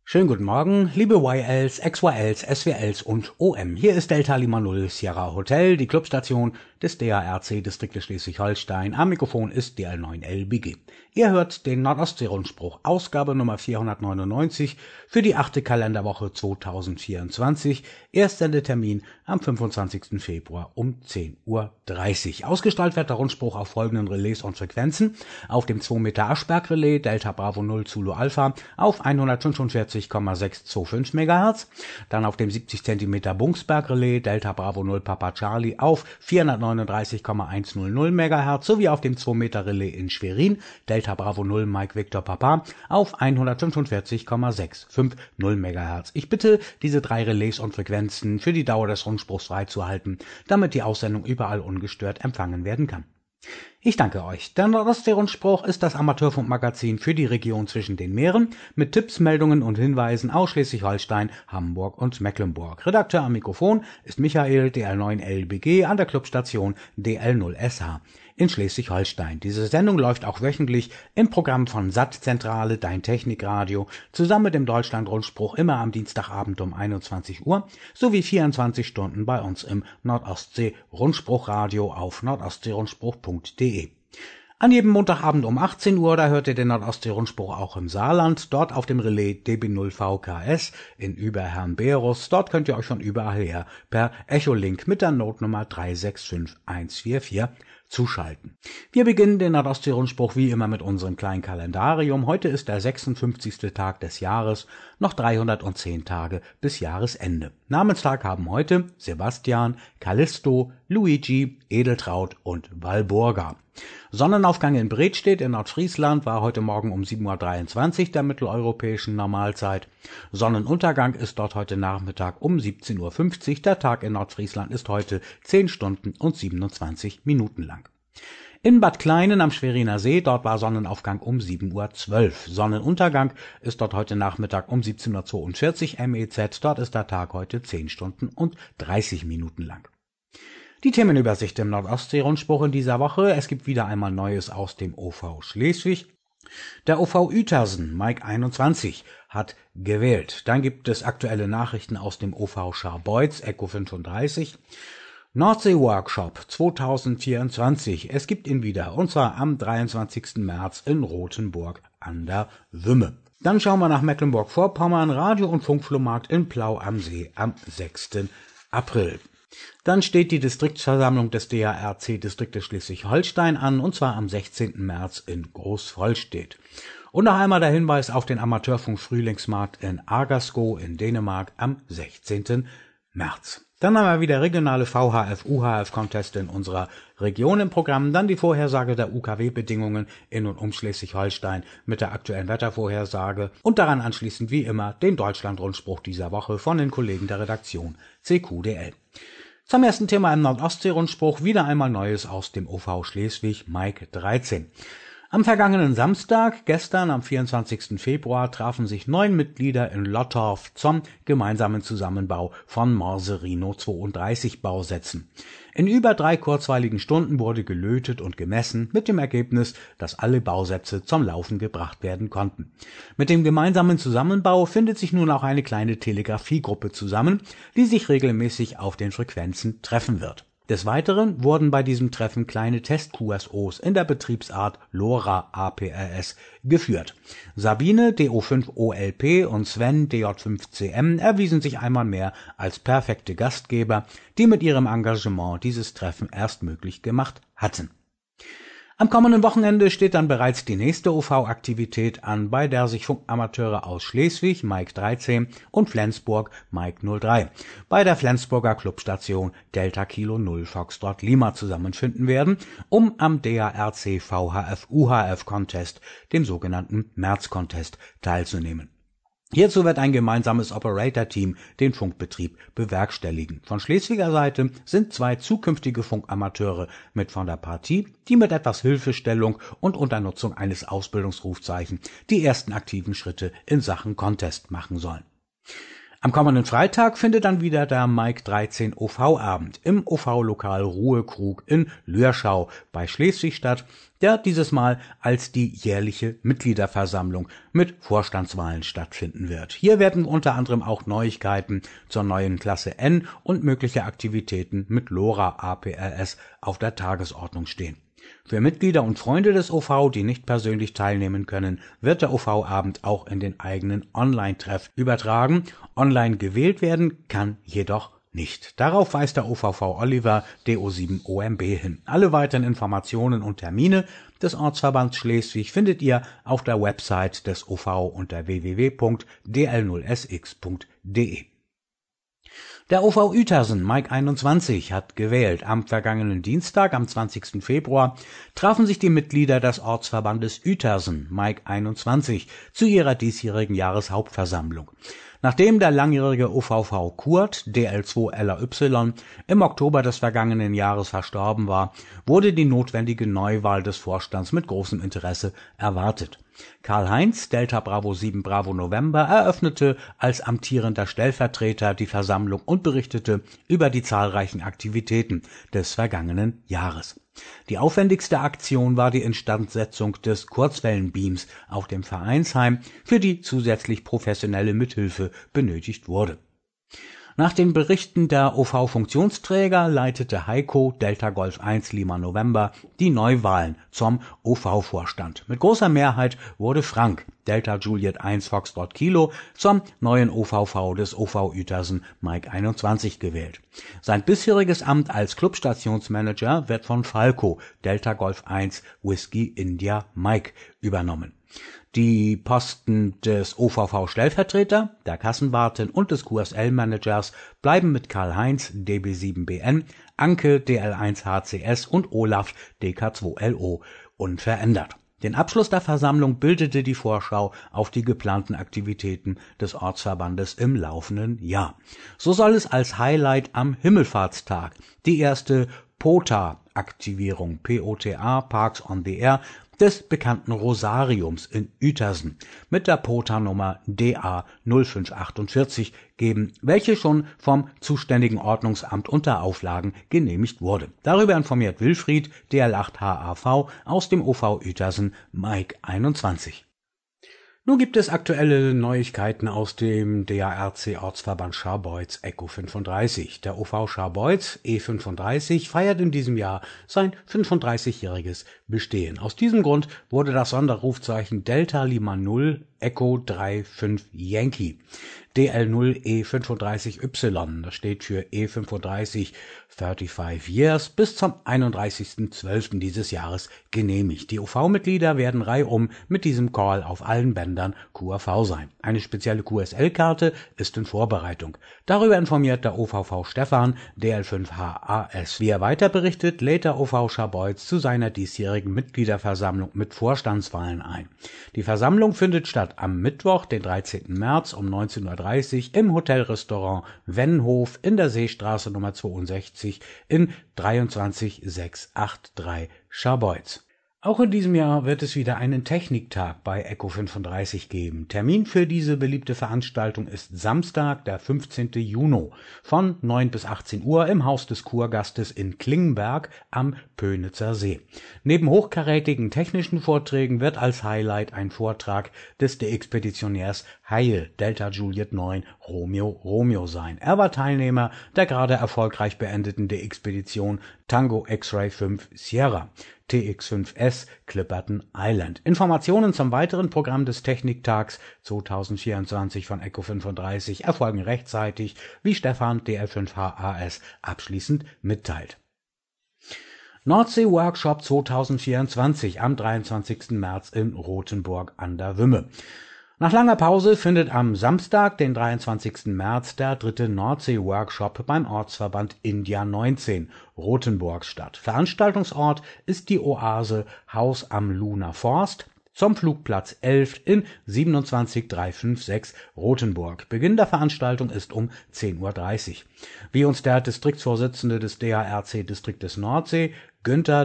Schönen guten Morgen, liebe YLs, XYLs, SWLs und OM. Hier ist Delta Lima 0 Sierra Hotel, die Clubstation des DARC-Distriktes Schleswig-Holstein. Am Mikrofon ist DL9LBG. Ihr hört den Nordostsee-Rundspruch, Ausgabe Nummer 499 für die 8. Kalenderwoche 2024. Erstsendetermin am 25. Februar um 10:30 Uhr. Ausgestrahlt wird der Rundspruch auf folgenden Relais und Frequenzen. Auf dem 2 Meter Aschberg-Relais Delta Bravo 0 Zulu Alpha auf 145,625 MHz. Dann auf dem 70 cm Bungsberg-Relais Delta Bravo 0 Papa Charlie auf 439,100 MHz sowie auf dem 2 Meter Relais in Schwerin Delta Bravo 0 Mike Victor Papa auf 145,650 MHz. Ich bitte, diese 3 Relais und Frequenzen für die Dauer des Rundspruchs freizuhalten, damit die Aussendung überall ungestört empfangen werden kann. Ich danke euch. Der Nordostsee-Rundspruch ist das Amateurfunkmagazin für die Region zwischen den Meeren mit Tipps, Meldungen und Hinweisen aus Schleswig-Holstein, Hamburg und Mecklenburg. Redakteur am Mikrofon ist Michael DL9LBG an der Clubstation DL0SH in Schleswig-Holstein. Diese Sendung läuft auch wöchentlich im Programm von Sattzentrale, Dein Technikradio, zusammen mit dem Deutschland-Rundspruch immer am Dienstagabend um 21 Uhr sowie 24 Stunden bei uns im Nordostsee-Rundspruchradio auf nordostseerundspruch.de. An jedem Montagabend um 18 Uhr, da hört ihr den Nordostsee-Rundspruch auch im Saarland, dort auf dem Relais DB0VKS in Überherrn-Berus. Dort könnt ihr euch von überall her per Echolink mit der Notnummer 365144 zuschalten. Wir beginnen den Nordostsee-Rundspruch wie immer mit unserem kleinen Kalendarium. Heute ist der 56. Tag des Jahres, noch 310 Tage bis Jahresende. Namenstag haben heute Sebastian, Callisto, Luigi, Edeltraud und Walburga. Sonnenaufgang in Bredstedt in Nordfriesland war heute Morgen um 7:23 Uhr der mitteleuropäischen Normalzeit. Sonnenuntergang ist dort heute Nachmittag um 17:50 Uhr. Der Tag in Nordfriesland ist heute 10 Stunden und 27 Minuten lang. In Bad Kleinen am Schweriner See, dort war Sonnenaufgang um 7:12 Uhr. Sonnenuntergang ist dort heute Nachmittag um 17:42 Uhr MEZ. Dort ist der Tag heute 10 Stunden und 30 Minuten lang. Die Themenübersicht im Nordostsee-Rundspruch in dieser Woche. Es gibt wieder einmal Neues aus dem OV Schleswig. Der OV Uetersen, Mike 21, hat gewählt. Dann gibt es aktuelle Nachrichten aus dem OV Scharbeutz, Echo 35. Nordsee-Workshop 2024. Es gibt ihn wieder, und zwar am 23. März in Rothenburg an der Wümme. Dann schauen wir nach Mecklenburg-Vorpommern, Radio- und Funkflohmarkt in Plau am See am 6. April. Dann steht die Distriktsversammlung des DARC-Distriktes Schleswig-Holstein an, und zwar am 16. März in Großvollstedt. Und noch einmal der Hinweis auf den Amateurfunk-Frühlingsmarkt in Agerskov in Dänemark am 16. März. Dann haben wir wieder regionale VHF-UHF-Contest in unserer Region im Programm. Dann die Vorhersage der UKW-Bedingungen in und um Schleswig-Holstein mit der aktuellen Wettervorhersage. Und daran anschließend wie immer den Deutschland-Rundspruch dieser Woche von den Kollegen der Redaktion CQDL. Zum ersten Thema im Nordostsee-Rundspruch wieder einmal Neues aus dem OV Schleswig, Mike 13. Am vergangenen Samstag, gestern am 24. Februar, trafen sich 9 Mitglieder in Lottorf zum gemeinsamen Zusammenbau von Morserino 32 Bausätzen. In über 3 kurzweiligen Stunden wurde gelötet und gemessen, mit dem Ergebnis, dass alle Bausätze zum Laufen gebracht werden konnten. Mit dem gemeinsamen Zusammenbau findet sich nun auch eine kleine Telegrafiegruppe zusammen, die sich regelmäßig auf den Frequenzen treffen wird. Des Weiteren wurden bei diesem Treffen kleine Test-QSOs in der Betriebsart LoRa APRS geführt. Sabine DO5OLP und Sven DJ5CM erwiesen sich einmal mehr als perfekte Gastgeber, die mit ihrem Engagement dieses Treffen erst möglich gemacht hatten. Am kommenden Wochenende steht dann bereits die nächste OV-Aktivität an, bei der sich Funkamateure aus Schleswig, Mike 13, und Flensburg, Mike 03, bei der Flensburger Clubstation Delta Kilo 0 Foxtrot Lima zusammenfinden werden, um am DARC VHF-UHF Contest, dem sogenannten März-Contest, teilzunehmen. Hierzu wird ein gemeinsames Operator-Team den Funkbetrieb bewerkstelligen. Von Schleswiger Seite sind 2 zukünftige Funkamateure mit von der Partie, die mit etwas Hilfestellung und unter Nutzung eines Ausbildungsrufzeichen die ersten aktiven Schritte in Sachen Contest machen sollen. Am kommenden Freitag findet dann wieder der Mike 13 OV-Abend im OV-Lokal Ruhekrug in Lürschau bei Schleswig statt, der dieses Mal als die jährliche Mitgliederversammlung mit Vorstandswahlen stattfinden wird. Hier werden unter anderem auch Neuigkeiten zur neuen Klasse N und mögliche Aktivitäten mit LoRa APRS auf der Tagesordnung stehen. Für Mitglieder und Freunde des OV, die nicht persönlich teilnehmen können, wird der OV-Abend auch in den eigenen Online-Treff übertragen. Online gewählt werden kann jedoch nicht. Darauf weist der OVV Oliver DO7OMB hin. Alle weiteren Informationen und Termine des Ortsverbands Schleswig findet ihr auf der Website des OV unter www.dl0sx.de. Der OV Uetersen, Mike 21, hat gewählt. Am vergangenen Dienstag, am 20. Februar, trafen sich die Mitglieder des Ortsverbandes Uetersen, Mike 21, zu ihrer diesjährigen Jahreshauptversammlung. Nachdem der langjährige OVV Kurt, DL2LRY, im Oktober des vergangenen Jahres verstorben war, wurde die notwendige Neuwahl des Vorstands mit großem Interesse erwartet. Karl-Heinz, Delta Bravo 7 Bravo November, eröffnete als amtierender Stellvertreter die Versammlung und berichtete über die zahlreichen Aktivitäten des vergangenen Jahres. Die aufwendigste Aktion war die Instandsetzung des Kurzwellenbeams auf dem Vereinsheim, für die zusätzlich professionelle Mithilfe benötigt wurde. Nach den Berichten der OV-Funktionsträger leitete Heiko, Delta Golf 1 Lima November, die Neuwahlen zum OV-Vorstand. Mit großer Mehrheit wurde Frank, Delta Juliet 1 Foxtrot Kilo, zum neuen OVV des OV Uetersen Mike 21 gewählt. Sein bisheriges Amt als Clubstationsmanager wird von Falco, Delta Golf 1 Whiskey India Mike, übernommen. Die Posten des OVV-Stellvertreter, der Kassenwartin und des QSL-Managers bleiben mit Karl-Heinz, DB7BN, Anke, DL1HCS und Olaf, DK2LO, unverändert. Den Abschluss der Versammlung bildete die Vorschau auf die geplanten Aktivitäten des Ortsverbandes im laufenden Jahr. So soll es als Highlight am Himmelfahrtstag die erste POTA-Aktivierung, POTA, Parks on the Air, des bekannten Rosariums in Uetersen mit der POTA-Nummer DA 0548 geben, welche schon vom zuständigen Ordnungsamt unter Auflagen genehmigt wurde. Darüber informiert Wilfried, DL8HAV aus dem OV Uetersen, Mike 21. Nun gibt es aktuelle Neuigkeiten aus dem DARC-Ortsverband Scharbeutz ECO 35. Der OV Scharbeutz E35 feiert in diesem Jahr sein 35-jähriges Bestehen. Aus diesem Grund wurde das Sonderrufzeichen Delta Lima 0 Echo 35 Yankee DL0 E35Y, das steht für E35 35 Years, bis zum 31.12. dieses Jahres genehmigt. Die OV-Mitglieder werden reihum mit diesem Call auf allen Bändern QAV sein. Eine spezielle QSL-Karte ist in Vorbereitung. Darüber informiert der OVV Stefan, DL5HAS. Wie er weiter berichtet, lädt der OV Scharbeutz zu seiner diesjährigen Mitgliederversammlung mit Vorstandswahlen ein. Die Versammlung findet statt am Mittwoch, den 13. März um 19:30 Uhr im Hotelrestaurant Wennhof in der Seestraße Nummer 62 in 23683 Scharbeutz. Auch in diesem Jahr wird es wieder einen Techniktag bei ECO 35 geben. Termin für diese beliebte Veranstaltung ist Samstag, der 15. Juni von 9 bis 18 Uhr im Haus des Kurgastes in Klingenberg am Pönitzer See. Neben hochkarätigen technischen Vorträgen wird als Highlight ein Vortrag des DX-Petitionärs Heil, Delta Juliet 9 Romeo sein. Er war Teilnehmer der gerade erfolgreich beendeten DX-Petition Tango X-Ray 5 Sierra. TX5S Clipperton Island. Informationen zum weiteren Programm des Techniktags 2024 von ECO 35 erfolgen rechtzeitig, wie Stefan DL5HAS abschließend mitteilt. Nordsee-Workshop 2024 am 23. März in Rothenburg an der Wümme. Nach langer Pause findet am Samstag, den 23. März, der 3. Nordsee-Workshop beim Ortsverband India 19 Rothenburg statt. Veranstaltungsort ist die Oase Haus am Luner Forst zum Flugplatz 11 in 27356 Rothenburg. Beginn der Veranstaltung ist um 10:30 Uhr. Wie uns der Distriktsvorsitzende des DARC-Distriktes Nordsee, Günther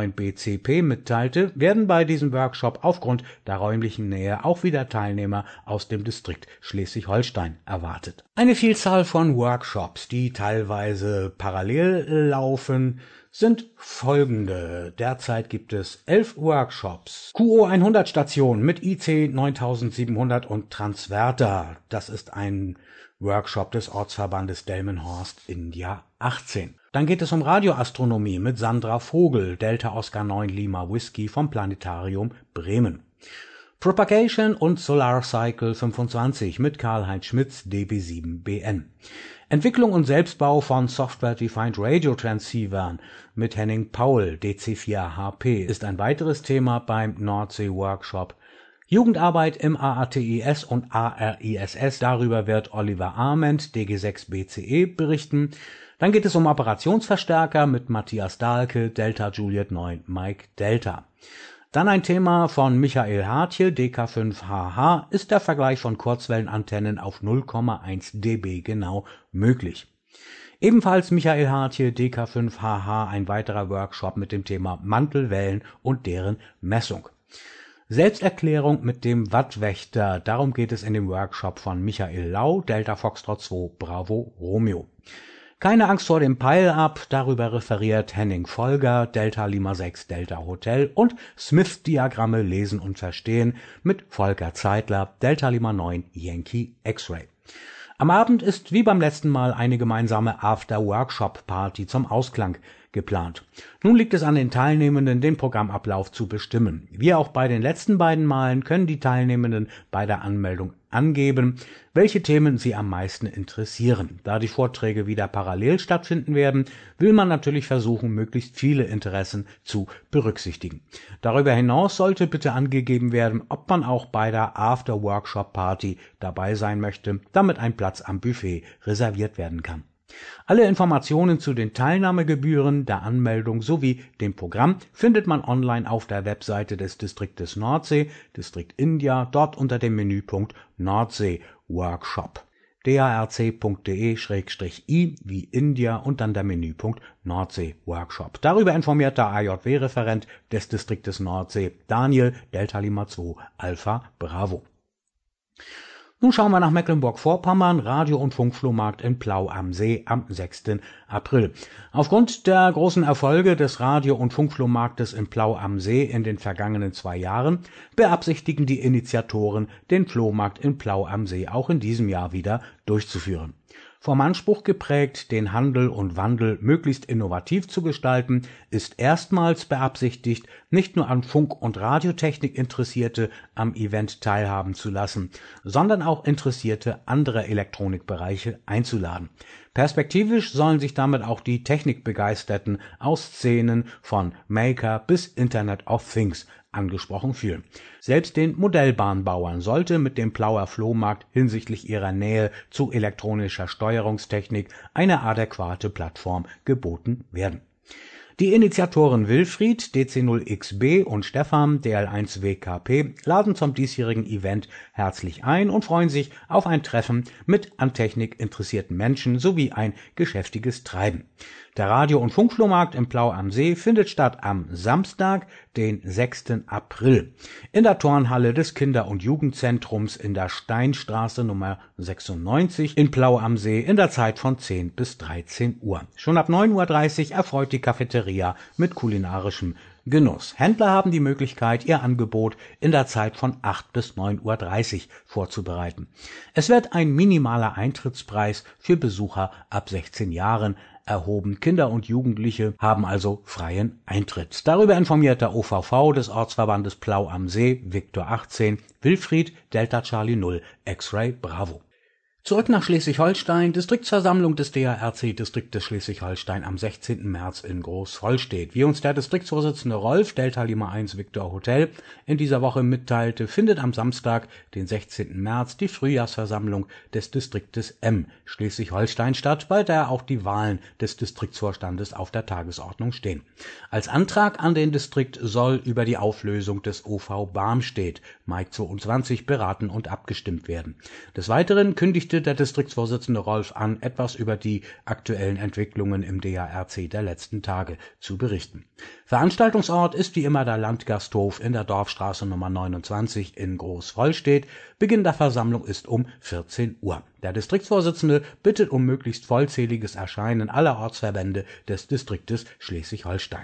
DL9BCP mitteilte, werden bei diesem Workshop aufgrund der räumlichen Nähe auch wieder Teilnehmer aus dem Distrikt Schleswig-Holstein erwartet. Eine Vielzahl von Workshops, die teilweise parallel laufen, sind folgende. Derzeit gibt es 11 Workshops. QO100-Station mit IC 9700 und Transverter. Das ist ein Workshop des Ortsverbandes Delmenhorst India 18. Dann geht es um Radioastronomie mit Sandra Vogel, Delta Oscar 9 Lima Whisky vom Planetarium Bremen. Propagation und Solar Cycle 25 mit Karl-Heinz Schmitz, DB7BN. Entwicklung und Selbstbau von Software-Defined Radio Transceivern mit Henning Paul, DC4HP, ist ein weiteres Thema beim Nordsee-Workshop. Jugendarbeit im AATIS und ARISS, darüber wird Oliver Arment, DG6BCE, berichten. Dann geht es um Operationsverstärker mit Matthias Dahlke, Delta Juliet 9 Mike Delta. Dann ein Thema von Michael Hartje, DK5HH, ist der Vergleich von Kurzwellenantennen auf 0,1 dB genau möglich. Ebenfalls Michael Hartje, DK5HH, ein weiterer Workshop mit dem Thema Mantelwellen und deren Messung. Selbsterklärung mit dem Wattwächter, darum geht es in dem Workshop von Michael Lau, Delta Foxtrot 2 Bravo Romeo. Keine Angst vor dem Pile-Up, darüber referiert Henning Folger, Delta Lima 6 Delta Hotel und Smith-Diagramme lesen und verstehen mit Volker Zeitler, Delta Lima 9 Yankee X-Ray. Am Abend ist wie beim letzten Mal eine gemeinsame After-Workshop-Party zum Ausklang geplant. Nun liegt es an den Teilnehmenden, den Programmablauf zu bestimmen. Wie auch bei den letzten beiden Malen können die Teilnehmenden bei der Anmeldung angeben, welche Themen sie am meisten interessieren. Da die Vorträge wieder parallel stattfinden werden, will man natürlich versuchen, möglichst viele Interessen zu berücksichtigen. Darüber hinaus sollte bitte angegeben werden, ob man auch bei der After-Workshop-Party dabei sein möchte, damit ein Platz am Buffet reserviert werden kann. Alle Informationen zu den Teilnahmegebühren, der Anmeldung sowie dem Programm findet man online auf der Webseite des Distriktes Nordsee, Distrikt India, dort unter dem Menüpunkt Nordsee Workshop. darc.de/i wie India und dann der Menüpunkt Nordsee Workshop. Darüber informiert der AJW-Referent des Distriktes Nordsee, Daniel, Delta Lima 2 Alpha Bravo. Nun schauen wir nach Mecklenburg-Vorpommern, Radio- und Funkflohmarkt in Plau am See am 6. April. Aufgrund der großen Erfolge des Radio- und Funkflohmarktes in Plau am See in den vergangenen 2 Jahren beabsichtigen die Initiatoren, den Flohmarkt in Plau am See auch in diesem Jahr wieder durchzuführen. Vom Anspruch geprägt, den Handel und Wandel möglichst innovativ zu gestalten, ist erstmals beabsichtigt, nicht nur an Funk- und Radiotechnik Interessierte am Event teilhaben zu lassen, sondern auch Interessierte anderer Elektronikbereiche einzuladen. Perspektivisch sollen sich damit auch die Technikbegeisterten aus Szenen von Maker bis Internet of Things angesprochen fühlen. Selbst den Modellbahnbauern sollte mit dem Plauer Flohmarkt hinsichtlich ihrer Nähe zu elektronischer Steuerungstechnik eine adäquate Plattform geboten werden. Die Initiatoren Wilfried, DC0XB und Stefan, DL1WKP, laden zum diesjährigen Event herzlich ein und freuen sich auf ein Treffen mit an Technik interessierten Menschen sowie ein geschäftiges Treiben. Der Radio- und Funkflohmarkt in Plau am See findet statt am Samstag, den 6. April, in der Turnhalle des Kinder- und Jugendzentrums in der Steinstraße Nummer 96 in Plau am See in der Zeit von 10 bis 13 Uhr. Schon ab 9:30 Uhr erfreut die Cafeteria mit kulinarischem Genuss. Händler haben die Möglichkeit, ihr Angebot in der Zeit von 8 bis 9:30 Uhr vorzubereiten. Es wird ein minimaler Eintrittspreis für Besucher ab 16 Jahren erhoben. Kinder und Jugendliche haben also freien Eintritt. Darüber informiert der OVV des Ortsverbandes Plau am See, Viktor 18, Wilfried, Delta Charlie 0, X-Ray Bravo. Zurück nach Schleswig-Holstein, Distriktsversammlung des DARC-Distriktes Schleswig-Holstein am 16. März in Großvollstedt. Wie uns der Distriktsvorsitzende Rolf, Delta Lima 1 Victor Hotel, in dieser Woche mitteilte, findet am Samstag, den 16. März, die Frühjahrsversammlung des Distriktes M Schleswig-Holstein statt, bei der auch die Wahlen des Distriktsvorstandes auf der Tagesordnung stehen. Als Antrag an den Distrikt soll über die Auflösung des OV Barmstedt, Mike 22, beraten und abgestimmt werden. Des Weiteren kündigte bietet der Distriktsvorsitzende Rolf an, etwas über die aktuellen Entwicklungen im DARC der letzten Tage zu berichten. Veranstaltungsort ist wie immer der Landgasthof in der Dorfstraße Nummer 29 in Großvollstedt. Beginn der Versammlung ist um 14 Uhr. Der Distriktsvorsitzende bittet um möglichst vollzähliges Erscheinen aller Ortsverbände des Distriktes Schleswig-Holstein.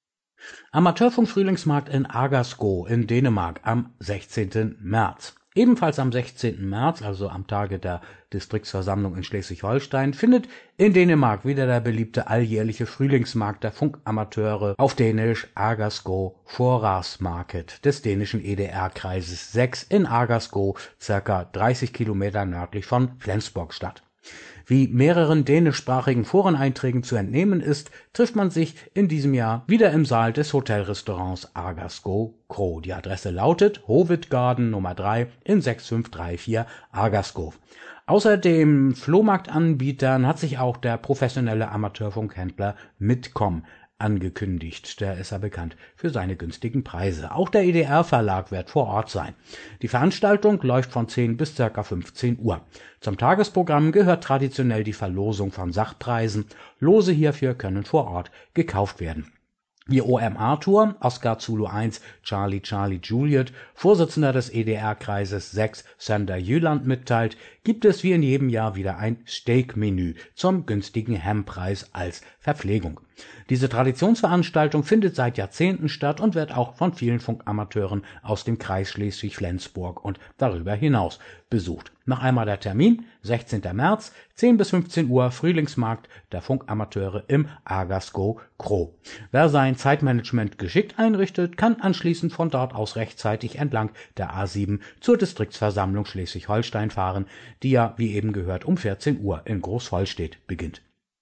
Amateurfunk-Frühlingsmarkt in Agerskov in Dänemark am 16. März. Ebenfalls am 16. März, also am Tage der Distriktsversammlung in Schleswig-Holstein, findet in Dänemark wieder der beliebte alljährliche Frühlingsmarkt der Funkamateure, auf Dänisch Agerskov Forårsmarked, des dänischen EDR-Kreises 6 in Agerskov, ca. 30 Kilometer nördlich von Flensburg statt. Wie mehreren dänischsprachigen Foreneinträgen zu entnehmen ist, trifft man sich in diesem Jahr wieder im Saal des Hotelrestaurants Agerskov Kro. Die Adresse lautet Hovedgarden Nummer 3 in 6534 Agerskov. Außer den Flohmarktanbietern hat sich auch der professionelle Amateurfunkhändler Midcom angekündigt. Der ist ja bekannt für seine günstigen Preise. Auch der EDR-Verlag wird vor Ort sein. Die Veranstaltung läuft von 10 bis ca. 15 Uhr. Zum Tagesprogramm gehört traditionell die Verlosung von Sachpreisen. Lose hierfür können vor Ort gekauft werden. Die OMA-Tour, Oscar Zulu 1, Charlie Charlie Juliet, Vorsitzender des EDR-Kreises 6, Sander Jüland mitteilt, gibt es wie in jedem Jahr wieder ein Steak-Menü zum günstigen Hemmpreis als Verpflegung. Diese Traditionsveranstaltung findet seit Jahrzehnten statt und wird auch von vielen Funkamateuren aus dem Kreis Schleswig-Flensburg und darüber hinaus besucht. Noch einmal der Termin, 16. März, 10 bis 15 Uhr, Frühlingsmarkt der Funkamateure im Agerskov Kro. Wer sein Zeitmanagement geschickt einrichtet, kann anschließend von dort aus rechtzeitig entlang der A7 zur Distriktsversammlung Schleswig-Holstein fahren, die ja, wie eben gehört, um 14 Uhr in Großvollstedt beginnt.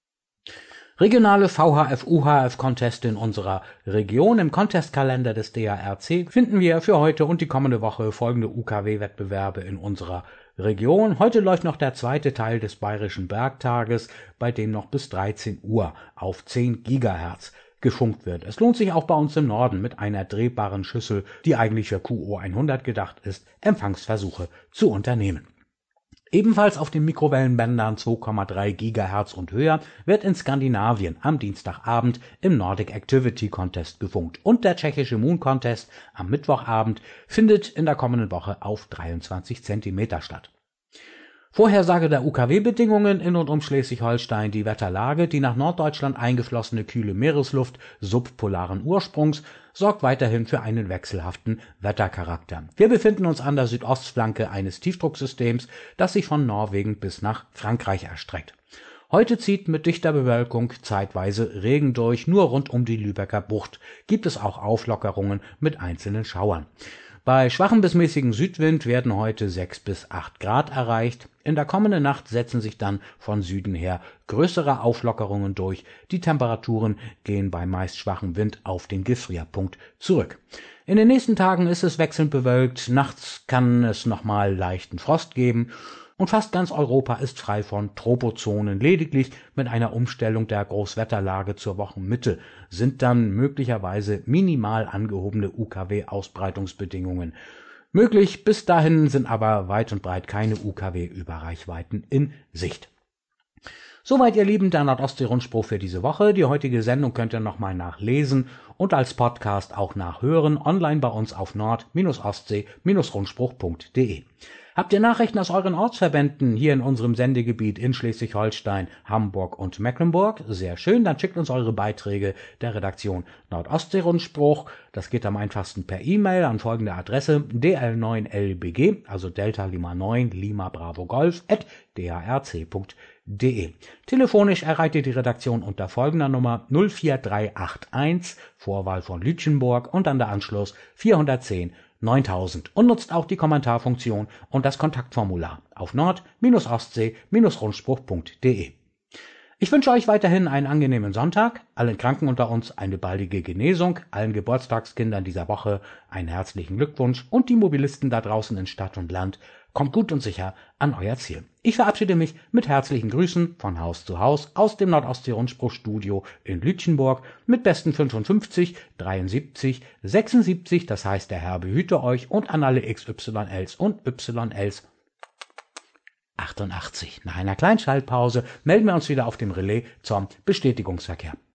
Regionale VHF-UHF-Conteste in unserer Region. Im Contestkalender des DARC finden wir für heute und die kommende Woche folgende UKW-Wettbewerbe in unserer Region. Heute läuft noch der zweite Teil des Bayerischen Bergtages, bei dem noch bis 13 Uhr auf 10 Gigahertz gefunkt wird. Es lohnt sich auch bei uns im Norden mit einer drehbaren Schüssel, die eigentlich für QO 100 gedacht ist, Empfangsversuche zu unternehmen. Ebenfalls auf den Mikrowellenbändern 2,3 Gigahertz und höher wird in Skandinavien am Dienstagabend im Nordic Activity Contest gefunkt und der tschechische Moon Contest am Mittwochabend findet in der kommenden Woche auf 23 Zentimeter statt. Vorhersage der UKW-Bedingungen in und um Schleswig-Holstein. Die Wetterlage, die nach Norddeutschland eingeflossene kühle Meeresluft subpolaren Ursprungs, sorgt weiterhin für einen wechselhaften Wettercharakter. Wir befinden uns an der Südostflanke eines Tiefdrucksystems, das sich von Norwegen bis nach Frankreich erstreckt. Heute zieht mit dichter Bewölkung zeitweise Regen durch, nur rund um die Lübecker Bucht gibt es auch Auflockerungen mit einzelnen Schauern. Bei schwachem bis mäßigem Südwind werden heute 6 bis 8 Grad erreicht. In der kommenden Nacht setzen sich dann von Süden her größere Auflockerungen durch. Die Temperaturen gehen bei meist schwachem Wind auf den Gefrierpunkt zurück. In den nächsten Tagen ist es wechselnd bewölkt. Nachts kann es nochmal leichten Frost geben. Und fast ganz Europa ist frei von Tropozonen. Lediglich mit einer Umstellung der Großwetterlage zur Wochenmitte sind dann möglicherweise minimal angehobene UKW-Ausbreitungsbedingungen möglich. Bis dahin sind aber weit und breit keine UKW-Überreichweiten in Sicht. Soweit, ihr Lieben, der Nordostsee-Rundspruch für diese Woche. Die heutige Sendung könnt ihr nochmal nachlesen und als Podcast auch nachhören, online bei uns auf nord-ostsee-rundspruch.de. Habt ihr Nachrichten aus euren Ortsverbänden hier in unserem Sendegebiet in Schleswig-Holstein, Hamburg und Mecklenburg? Sehr schön, dann schickt uns eure Beiträge der Redaktion Nordostsee-Rundspruch. Das geht am einfachsten per E-Mail an folgende Adresse dl9lbg, also Delta Lima 9 Lima Bravo Golf @darc.de. Telefonisch erreicht ihr die Redaktion unter folgender Nummer 04381, Vorwahl von Lütjenburg und dann der Anschluss 410 9000 und nutzt auch die Kommentarfunktion und das Kontaktformular auf nord-ostsee-rundspruch.de. Ich wünsche euch weiterhin einen angenehmen Sonntag, allen Kranken unter uns eine baldige Genesung, allen Geburtstagskindern dieser Woche einen herzlichen Glückwunsch und die Mobilisten da draußen in Stadt und Land, kommt gut und sicher an euer Ziel. Ich verabschiede mich mit herzlichen Grüßen von Haus zu Haus aus dem Nordostsee-Rundspruch-Studio in Lütjenburg mit besten 55, 73, 76, das heißt der Herr behüte euch und an alle XYLs und YLs. 88. Nach einer kleinen Schaltpause melden wir uns wieder auf dem Relais zum Bestätigungsverkehr.